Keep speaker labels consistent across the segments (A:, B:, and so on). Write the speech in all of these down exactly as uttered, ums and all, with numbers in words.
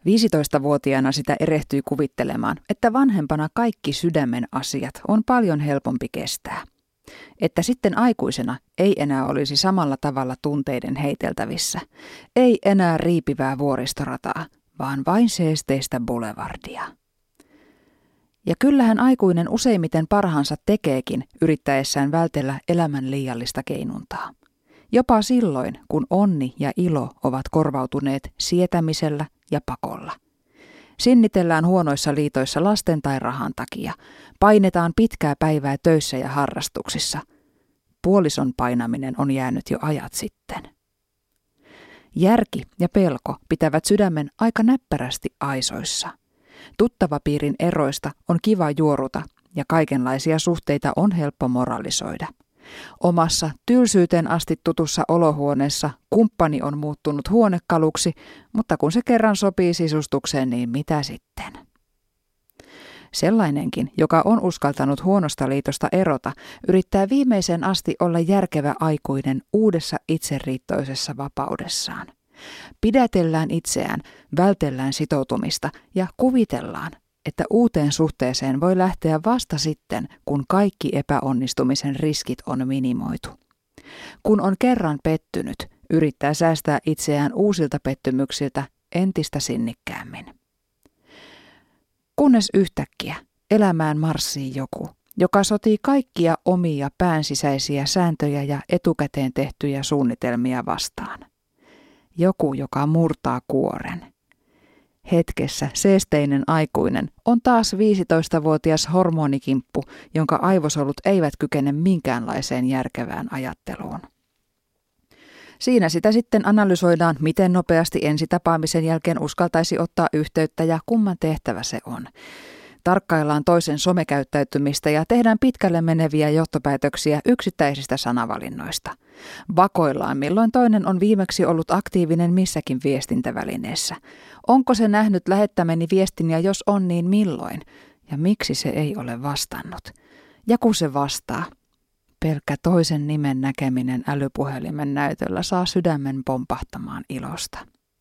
A: viisitoistavuotiaana sitä erehtyi kuvittelemaan, että vanhempana kaikki sydämen asiat on paljon helpompi kestää. Että sitten aikuisena ei enää olisi samalla tavalla tunteiden heiteltävissä. Ei enää riipivää vuoristorataa, vaan vain seesteistä boulevardia. Ja kyllähän aikuinen useimmiten parhaansa tekeekin yrittäessään vältellä elämän liiallista keinuntaa. Jopa silloin, kun onni ja ilo ovat korvautuneet sietämisellä ja pakolla. Sinnitellään huonoissa liitoissa lasten tai rahan takia. Painetaan pitkää päivää töissä ja harrastuksissa. Puolison painaminen on jäänyt jo ajat sitten. Järki ja pelko pitävät sydämen aika näppärästi aisoissa. Tuttavapiirin eroista on kiva juoruta ja kaikenlaisia suhteita on helppo moralisoida. Omassa tylsyyteen asti tutussa olohuoneessa kumppani on muuttunut huonekaluksi, mutta kun se kerran sopii sisustukseen, niin mitä sitten? Sellainenkin, joka on uskaltanut huonosta liitosta erota, yrittää viimeisen asti olla järkevä aikuinen uudessa itseriittoisessa vapaudessaan. Pidätellään itseään, vältellään sitoutumista ja kuvitellaan, että uuteen suhteeseen voi lähteä vasta sitten, kun kaikki epäonnistumisen riskit on minimoitu. Kun on kerran pettynyt, yrittää säästää itseään uusilta pettymyksiltä entistä sinnikkäämmin. Kunnes yhtäkkiä elämään marssii joku, joka sotii kaikkia omia päänsisäisiä sääntöjä ja etukäteen tehtyjä suunnitelmia vastaan. Joku, joka murtaa kuoren. Hetkessä seesteinen aikuinen on taas viisitoistavuotias hormonikimppu, jonka aivosolut eivät kykene minkäänlaiseen järkevään ajatteluun. Siinä sitä sitten analysoidaan, miten nopeasti ensitapaamisen jälkeen uskaltaisi ottaa yhteyttä ja kumman tehtävä se on. Tarkkaillaan toisen somekäyttäytymistä ja tehdään pitkälle meneviä johtopäätöksiä yksittäisistä sanavalinnoista. Vakoillaan, milloin toinen on viimeksi ollut aktiivinen missäkin viestintävälineessä. Onko se nähnyt lähettämäni viestin ja jos on, niin milloin? Ja miksi se ei ole vastannut? Ja kun se vastaa, pelkkä toisen nimen näkeminen älypuhelimen näytöllä saa sydämen pompahtamaan ilosta.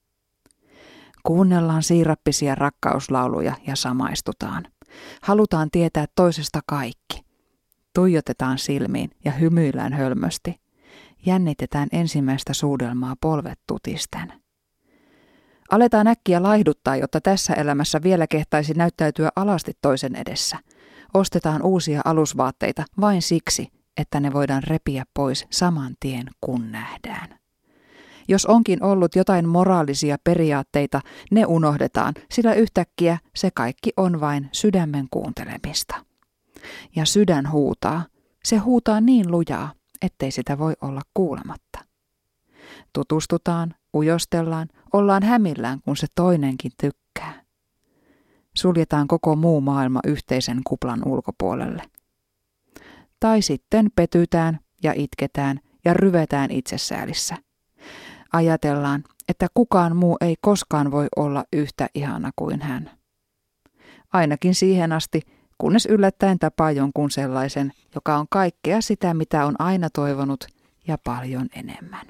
A: Kuunnellaan siirappisia rakkauslauluja ja samaistutaan. Halutaan tietää toisesta kaikki. Tuijotetaan silmiin ja hymyillään hölmösti. Jännitetään ensimmäistä suudelmaa polvet tutisten. Aletaan äkkiä laihduttaa, jotta tässä elämässä vielä kehtaisi näyttäytyä alasti toisen edessä. Ostetaan uusia alusvaatteita vain siksi, että ne voidaan repiä pois saman tien kun nähdään. Jos onkin ollut jotain moraalisia periaatteita, ne unohdetaan, sillä yhtäkkiä se kaikki on vain sydämen kuuntelemista. Ja sydän huutaa. Se huutaa niin lujaa, ettei sitä voi olla kuulematta. Tutustutaan, ujostellaan, ollaan hämillään, kun se toinenkin tykkää. Suljetaan koko muu maailma yhteisen kuplan ulkopuolelle. Tai sitten petytään ja itketään ja ryvetään itsesäälissä. Ajatellaan, että kukaan muu ei koskaan voi olla yhtä ihana kuin hän. Ainakin siihen asti, kunnes yllättäen tapaa jonkun sellaisen, joka on kaikkea sitä, mitä on aina toivonut ja paljon enemmän.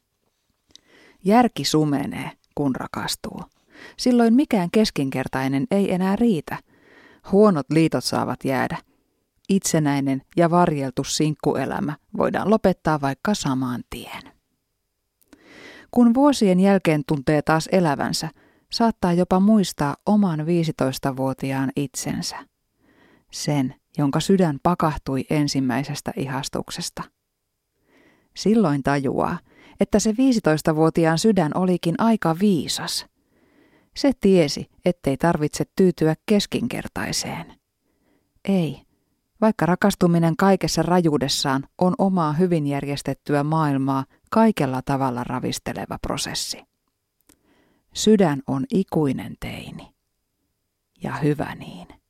A: Järki sumenee, kun rakastuu. Silloin mikään keskinkertainen ei enää riitä. Huonot liitot saavat jäädä. Itsenäinen ja varjeltu sinkkuelämä voidaan lopettaa vaikka saman tien. Kun vuosien jälkeen tuntee taas elävänsä, saattaa jopa muistaa oman viisitoistavuotiaan itsensä. Sen, jonka sydän pakahtui ensimmäisestä ihastuksesta. Silloin tajuaa, että se viisitoistavuotiaan sydän olikin aika viisas. Se tiesi, ettei tarvitse tyytyä keskinkertaiseen. Ei, vaikka rakastuminen kaikessa rajuudessaan on omaa hyvin järjestettyä maailmaa kaikella tavalla ravisteleva prosessi. Sydän on ikuinen teini. Ja hyvä niin.